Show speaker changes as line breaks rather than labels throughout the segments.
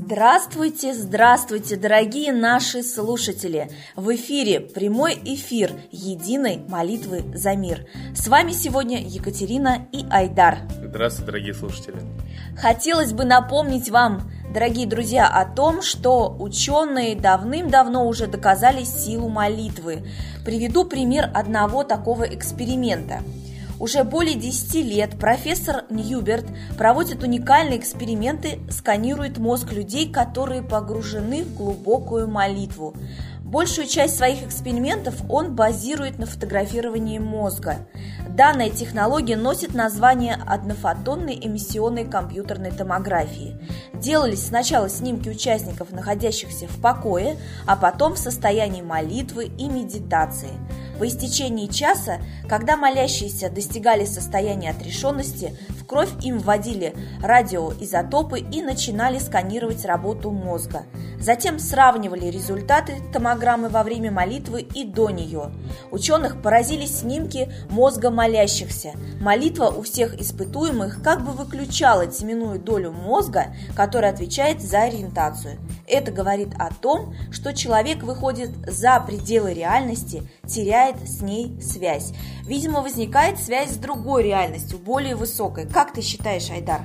Здравствуйте, здравствуйте, дорогие наши слушатели! В эфире прямой эфир единой молитвы за мир. С вами сегодня Екатерина и Айдар.
Здравствуйте, дорогие слушатели!
Хотелось бы напомнить вам, дорогие друзья, о том, что ученые давным-давно уже доказали силу молитвы. Приведу пример одного такого эксперимента. Уже более 10 лет профессор Ньюберт проводит уникальные эксперименты, сканирует мозг людей, которые погружены в глубокую молитву. Большую часть своих экспериментов он базирует на фотографировании мозга. Данная технология носит название однофотонной эмиссионной компьютерной томографии. Делались сначала снимки участников, находящихся в покое, а потом в состоянии молитвы и медитации. По истечении часа, когда молящиеся достигали состояния отрешенности, в кровь им вводили радиоизотопы и начинали сканировать работу мозга. Затем сравнивали результаты томограммы во время молитвы и до нее. Ученых поразили снимки мозга молящихся. Молитва у всех испытуемых как бы выключала теменную долю мозга, которая отвечает за ориентацию. Это говорит о том, что человек выходит за пределы реальности, теряет с ней связь. Видимо, возникает связь с другой реальностью, более высокой. Как ты считаешь, Айдар?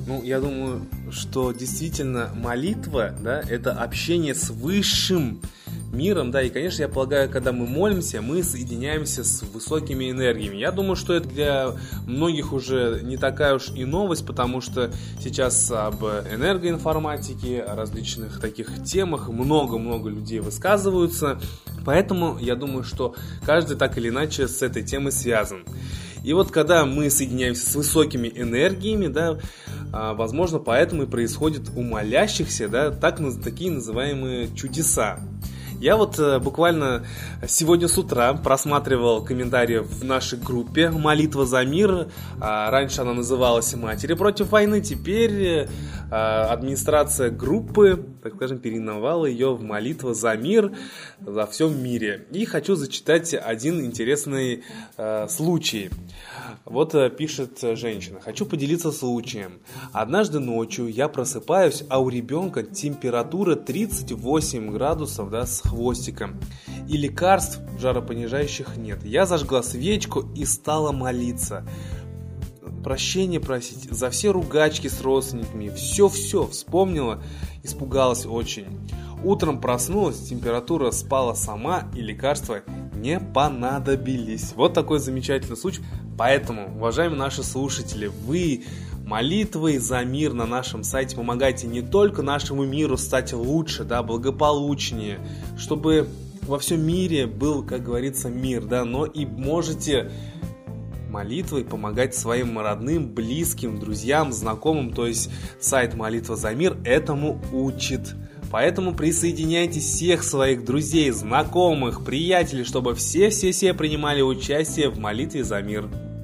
Я думаю, что действительно молитва, это общение с высшим миром, и, конечно, я полагаю, когда мы молимся, мы соединяемся с высокими энергиями. Я думаю, что это для многих уже не такая уж и новость, потому что сейчас об энергоинформатике, о различных таких темах много-много людей высказываются, поэтому я думаю, что каждый так или иначе с этой темой связан. И вот когда мы соединяемся с высокими энергиями, возможно, поэтому и происходят у молящихся, такие называемые чудеса. Я буквально сегодня с утра просматривал комментарии в нашей группе «Молитва за мир». Раньше она называлась «Матери против войны», теперь администрация группы, так скажем, переименовала ее в «Молитва за мир во всем мире». И хочу зачитать один интересный случай. Пишет женщина. Хочу поделиться случаем. Однажды ночью я просыпаюсь, а у ребенка температура 38 градусов, с хвостиком. И лекарств жаропонижающих нет. Я зажгла свечку и стала молиться. Прощение просить за все ругачки с родственниками. Все вспомнила, испугалась очень. Утром проснулась, температура спала сама и лекарства не понадобились. Вот такой замечательный случай. Поэтому, уважаемые наши слушатели, вы молитвой за мир на нашем сайте помогаете не только нашему миру стать лучше, благополучнее, чтобы во всем мире был, как говорится, мир, но и можете молитвой помогать своим родным, близким, друзьям, знакомым. То есть сайт «Молитва за мир» этому учит. Поэтому присоединяйте всех своих друзей, знакомых, приятелей, чтобы все принимали участие в молитве за мир.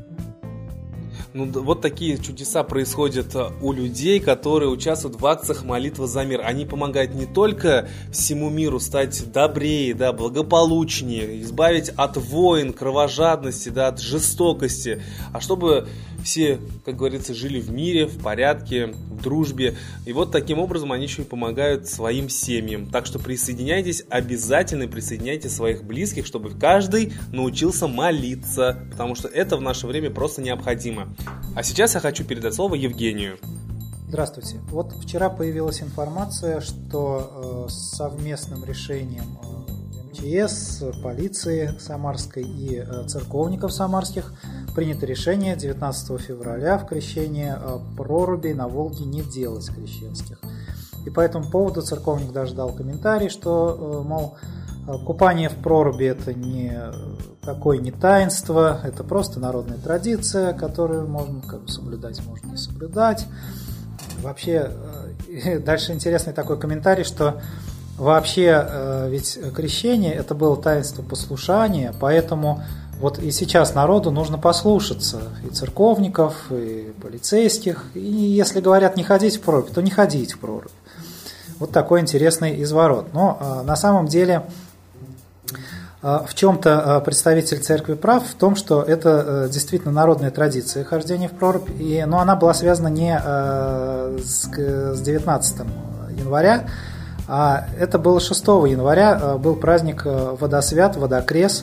Вот такие чудеса происходят у людей, которые участвуют в акциях «Молитва за мир». Они помогают не только всему миру стать добрее, благополучнее, избавить от войн, кровожадности, от жестокости, а чтобы все, как говорится, жили в мире, в порядке, в дружбе. И таким образом они еще и помогают своим семьям. Так что присоединяйтесь, обязательно присоединяйте своих близких, чтобы каждый научился молиться, потому что это в наше время просто необходимо. А сейчас я хочу передать слово Евгению.
Здравствуйте. Вчера появилась информация, что совместным решением МЧС, полиции Самарской и церковников самарских принято решение 19 февраля в крещение прорубей на Волге не делать крещенских. И по этому поводу церковник даже дал комментарий, что, купание в проруби это никакое не таинство, это просто народная традиция, которую можно соблюдать, можно не соблюдать. Вообще, дальше интересный такой комментарий, что вообще ведь крещение это было таинство послушания, поэтому и сейчас народу нужно послушаться и церковников, и полицейских, и если говорят не ходить в прорубь, то не ходить в прорубь. Вот такой интересный изворот. Но на самом деле в чем-то представитель церкви прав, в том, что это действительно народная традиция хождения в прорубь, но она была связана не с 19 января. А это было 6 января, был праздник Водосвят, Водокрес,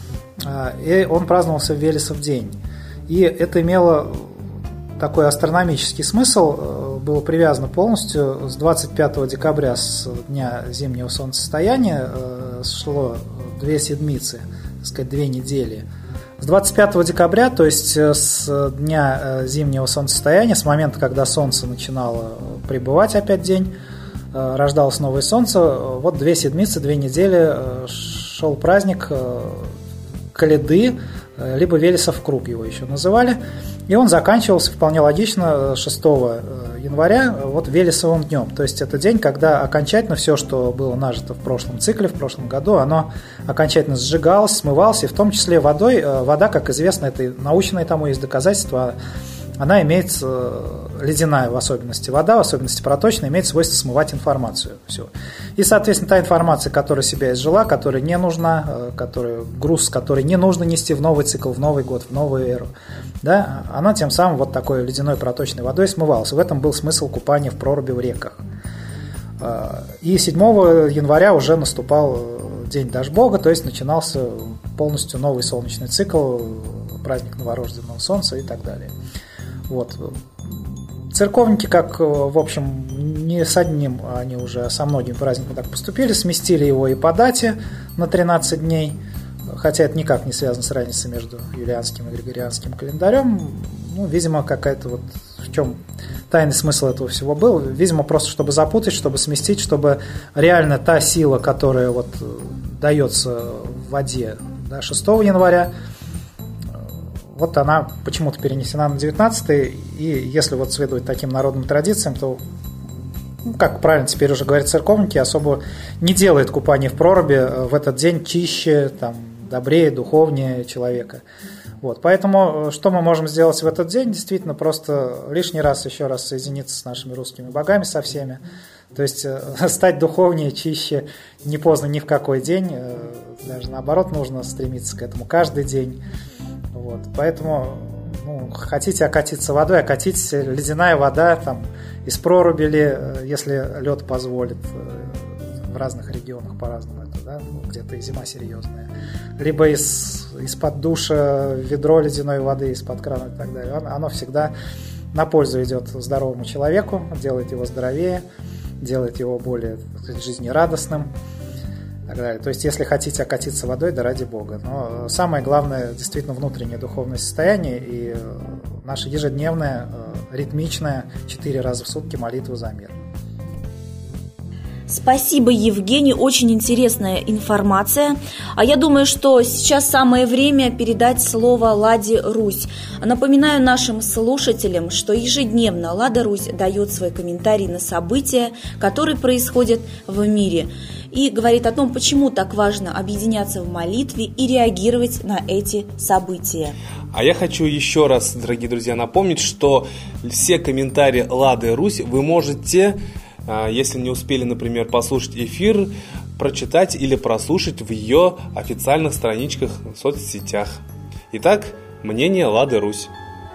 и он праздновался в Велесов день. И это имело такой астрономический смысл, было привязано полностью с 25 декабря, с дня зимнего солнцестояния, шло 2 седмицы, так сказать, 2 недели. С 25 декабря, то есть с дня зимнего солнцестояния, с момента, когда солнце начинало пребывать опять день, рождалось новое солнце, вот 2 седмицы, 2 недели шел праздник Коляды, либо Велесов круг его еще называли, и он заканчивался вполне логично 6 января вот Велесовым днем, то есть это день, когда окончательно все, что было нажито в прошлом цикле, в прошлом году, оно окончательно сжигалось, смывалось, и в том числе водой. Вода, как известно, это научное тому есть доказательство, она имеет, ледяная в особенности вода, в особенности проточная, имеет свойство смывать информацию. Все. И, соответственно, та информация, которая себя изжила, которая не нужна, груз, который не нужно нести в новый цикл, в Новый год, в новую эру, да, она тем самым вот такой ледяной проточной водой смывалась. В этом был смысл купания в проруби в реках. И 7 января уже наступал день Дажбога, то есть начинался полностью новый солнечный цикл, праздник новорожденного солнца и так далее. Вот. Церковники, как, в общем, не с одним, они уже со многими праздниками так поступили, сместили его и по дате на 13 дней, хотя это никак не связано с разницей между юлианским и григорианским календарем. Ну, видимо, какая-то вот в чем тайный смысл этого всего был. Видимо, просто чтобы запутать, чтобы сместить, чтобы реально та сила, которая вот дается в воде, да, 6 января, вот она почему-то перенесена на 19-й, и если вот следовать таким народным традициям, то, ну, как правильно теперь уже говорят церковники, особо не делает купание в проруби в этот день чище, там, добрее, духовнее человека. Вот, поэтому что мы можем сделать в этот день? Действительно, просто лишний раз, еще раз соединиться с нашими русскими богами, со всеми. То есть стать духовнее, чище не поздно ни в какой день, даже наоборот, нужно стремиться к этому каждый день. Вот, поэтому, ну, хотите окатиться водой, окатитесь, ледяная вода там, из проруби ли, если лед позволит, в разных регионах по-разному это, да, ну, где-то и зима серьезная, либо из-под душа ведро ледяной воды, из-под крана и так далее. Оно всегда на пользу идет здоровому человеку, делает его здоровее, делает его более, так сказать, жизнерадостным. Так далее. То есть, если хотите окатиться водой, да ради Бога. Но самое главное, действительно, внутреннее духовное состояние и наша ежедневная, ритмичная, 4 раза в сутки молитва за мир.
Спасибо, Евгений, очень интересная информация. А я думаю, что сейчас самое время передать слово Ладе Русь. Напоминаю нашим слушателям, что ежедневно Лада Русь дает свой комментарий на события, которые происходят в мире, и говорит о том, почему так важно объединяться в молитве и реагировать на эти события.
А я хочу еще раз, дорогие друзья, напомнить, что все комментарии Лады Русь вы можете, если не успели, например, послушать эфир, прочитать или прослушать в ее официальных страничках в соцсетях. Итак, мнение Лады Русь.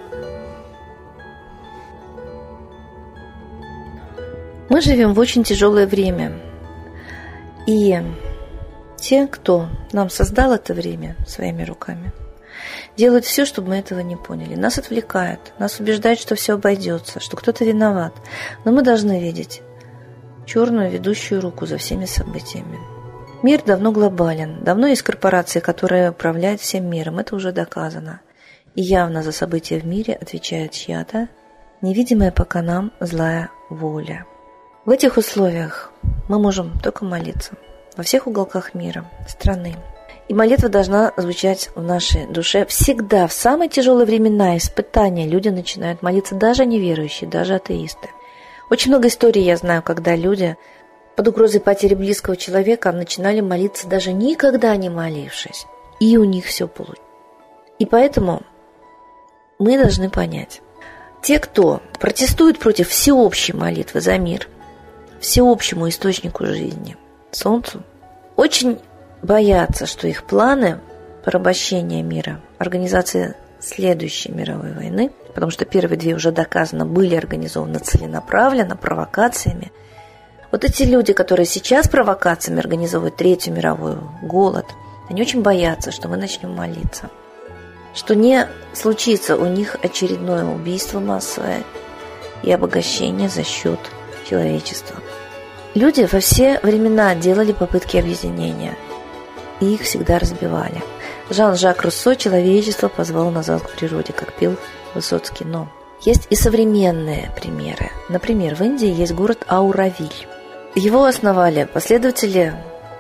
Мы живем в очень тяжелое время. И те, кто нам создал это время своими руками, делают все, чтобы мы этого не поняли. Нас отвлекают, нас убеждают, что все обойдется, что кто-то виноват. Но мы должны видеть черную ведущую руку за всеми событиями. Мир давно глобален, давно есть корпорации, которые управляют всем миром, это уже доказано. И явно за события в мире отвечает чья-то невидимая пока нам злая воля. В этих условиях мы можем только молиться во всех уголках мира, страны. И молитва должна звучать в нашей душе всегда. В самые тяжелые времена, испытания люди начинают молиться, даже неверующие, даже атеисты. Очень много историй я знаю, когда люди под угрозой потери близкого человека начинали молиться, даже никогда не молившись. И у них все получилось. И поэтому мы должны понять, те, кто протестует против всеобщей молитвы за мир, всеобщему источнику жизни, Солнцу, очень боятся, что их планы порабощения мира, организации следующей мировой войны, потому что первые 2 уже доказано были организованы целенаправленно, провокациями. Вот эти люди, которые сейчас провокациями организовывают Третью мировую, голод, они очень боятся, что мы начнем молиться, что не случится у них очередное убийство массовое и обогащение за счет человечества. Люди во все времена делали попытки объединения, и их всегда разбивали. Жан-Жак Руссо «Человечество позвало назад к природе», как пел Высоцкий. Но есть и современные примеры. Например, в Индии есть город Ауравиль. Его основали последователи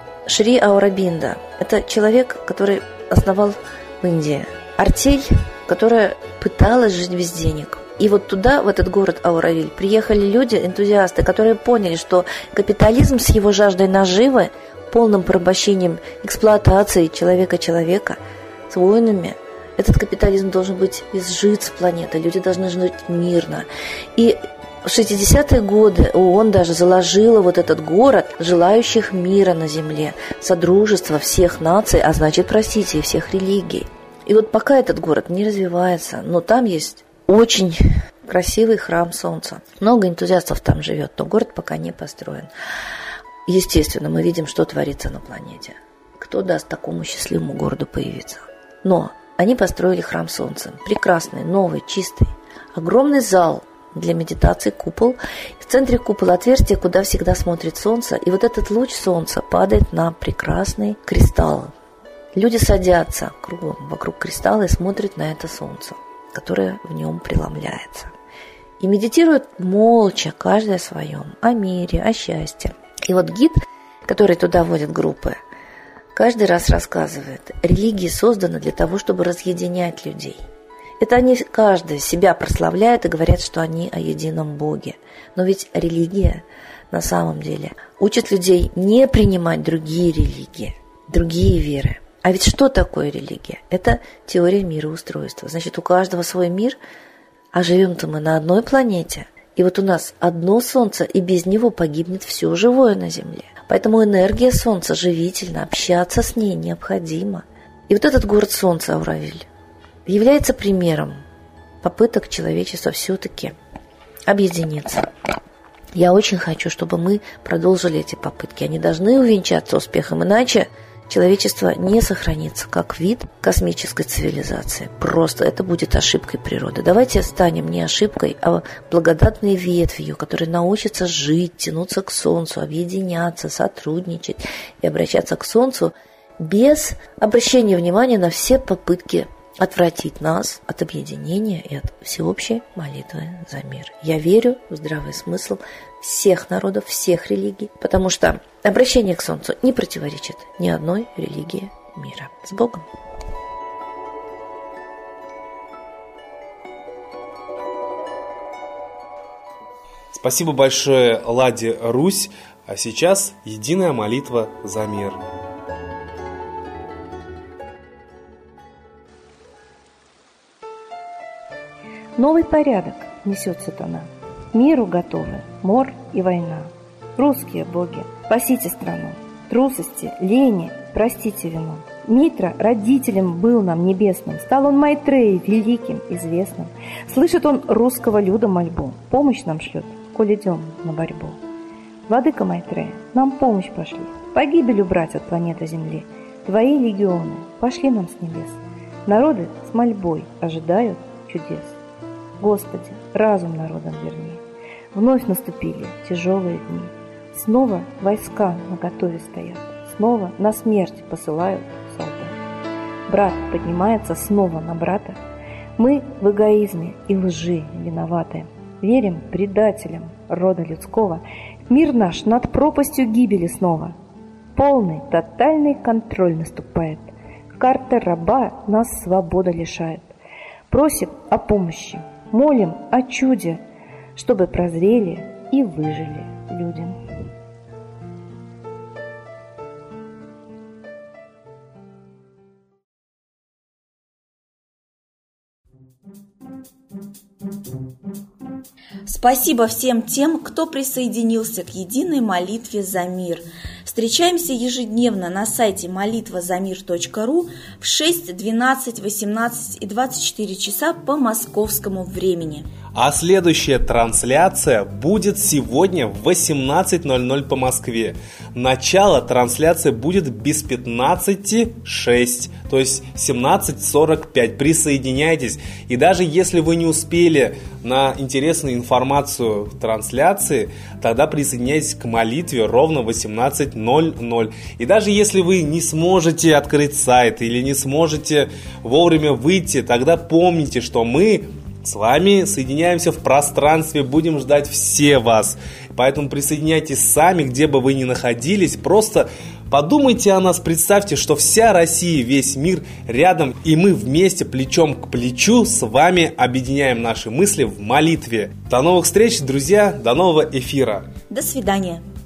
Шри Аурабинда. Это человек, который основал в Индии артель, которая пыталась жить без денег. И вот туда, в этот город Ауравиль, приехали люди, энтузиасты, которые поняли, что капитализм с его жаждой наживы, полным порабощением, эксплуатацией человека, с войнами, этот капитализм должен быть изжит с планеты, люди должны жить мирно. И в 60-е годы ООН даже заложила вот этот город желающих мира на земле, содружества всех наций, а значит, простите, и всех религий. И вот пока этот город не развивается, но там есть очень красивый храм Солнца. Много энтузиастов там живет, но город пока не построен. Естественно, мы видим, что творится на планете. Кто даст такому счастливому городу появиться? Но они построили храм Солнца. Прекрасный, новый, чистый. Огромный зал для медитации, купол. В центре купола отверстие, куда всегда смотрит солнце. И вот этот луч солнца падает на прекрасный кристалл. Люди садятся кругом вокруг кристалла и смотрят на это солнце, которое в нем преломляется. И медитируют молча, каждый о своем, о мире, о счастье. И вот гид, который туда водит группы, каждый раз рассказывает, религии созданы для того, чтобы разъединять людей. Это они каждый себя прославляют и говорят, что они о едином Боге. Но ведь религия на самом деле учит людей не принимать другие религии, другие веры. А ведь что такое религия? Это теория мироустройства. Значит, у каждого свой мир, а живем-то мы на одной планете. И вот у нас одно солнце, и без него погибнет все живое на Земле. Поэтому энергия солнца живительна, общаться с ней необходимо. И вот этот город солнца Ауравиль является примером попыток человечества все-таки объединиться. Я очень хочу, чтобы мы продолжили эти попытки. Они должны увенчаться успехом, иначе человечество не сохранится как вид космической цивилизации. Просто это будет ошибкой природы. Давайте станем не ошибкой, а благодатной ветвью, которая научится жить, тянуться к Солнцу, объединяться, сотрудничать и обращаться к Солнцу без обращения внимания на все попытки отвратить нас от объединения и от всеобщей молитвы за мир. Я верю в здравый смысл всех народов, всех религий, потому что обращение к Солнцу не противоречит ни одной религии мира. С Богом!
Спасибо большое, Ладе Русь. А сейчас единая молитва за мир.
Новый порядок несет сатана. Миру готовы мор и война. Русские боги, спасите страну. Трусости, лени, простите вину. Митра родителем был нам небесным, стал он Майтреей великим, известным. Слышит он русского люда мольбу, помощь нам шлет, коль идем на борьбу. Владыка Майтрея, нам помощь пошли, погибель убрать от планеты Земли. Твои легионы пошли нам с небес. Народы с мольбой ожидают чудес. Господи, разум народам верни. Вновь наступили тяжелые дни. Снова войска наготове стоят. Снова на смерть посылают солдат. Брат поднимается снова на брата. Мы в эгоизме и лжи виноваты. Верим предателям рода людского. Мир наш над пропастью гибели снова. Полный, тотальный контроль наступает. Карта раба нас свободы лишает. Просим о помощи. Молим о чуде, чтобы прозрели и выжили люди.
Спасибо всем тем, кто присоединился к единой молитве за мир. Встречаемся ежедневно на сайте молитвазамир.ру в 6, 12, 18 и 24 часа по московскому времени.
А следующая трансляция будет сегодня в 18:00 по Москве. Начало трансляции будет без 15:06, то есть 17:45. Присоединяйтесь. И даже если вы не успели на интересную информацию в трансляции, тогда присоединяйтесь к молитве ровно в 18:00. И даже если вы не сможете открыть сайт или не сможете вовремя выйти, тогда помните, что мы с вами соединяемся в пространстве, будем ждать все вас. Поэтому присоединяйтесь сами, где бы вы ни находились. Просто подумайте о нас, представьте, что вся Россия, весь мир рядом, и мы вместе, плечом к плечу, с вами объединяем наши мысли в молитве. До новых встреч, друзья, до нового эфира.
До свидания.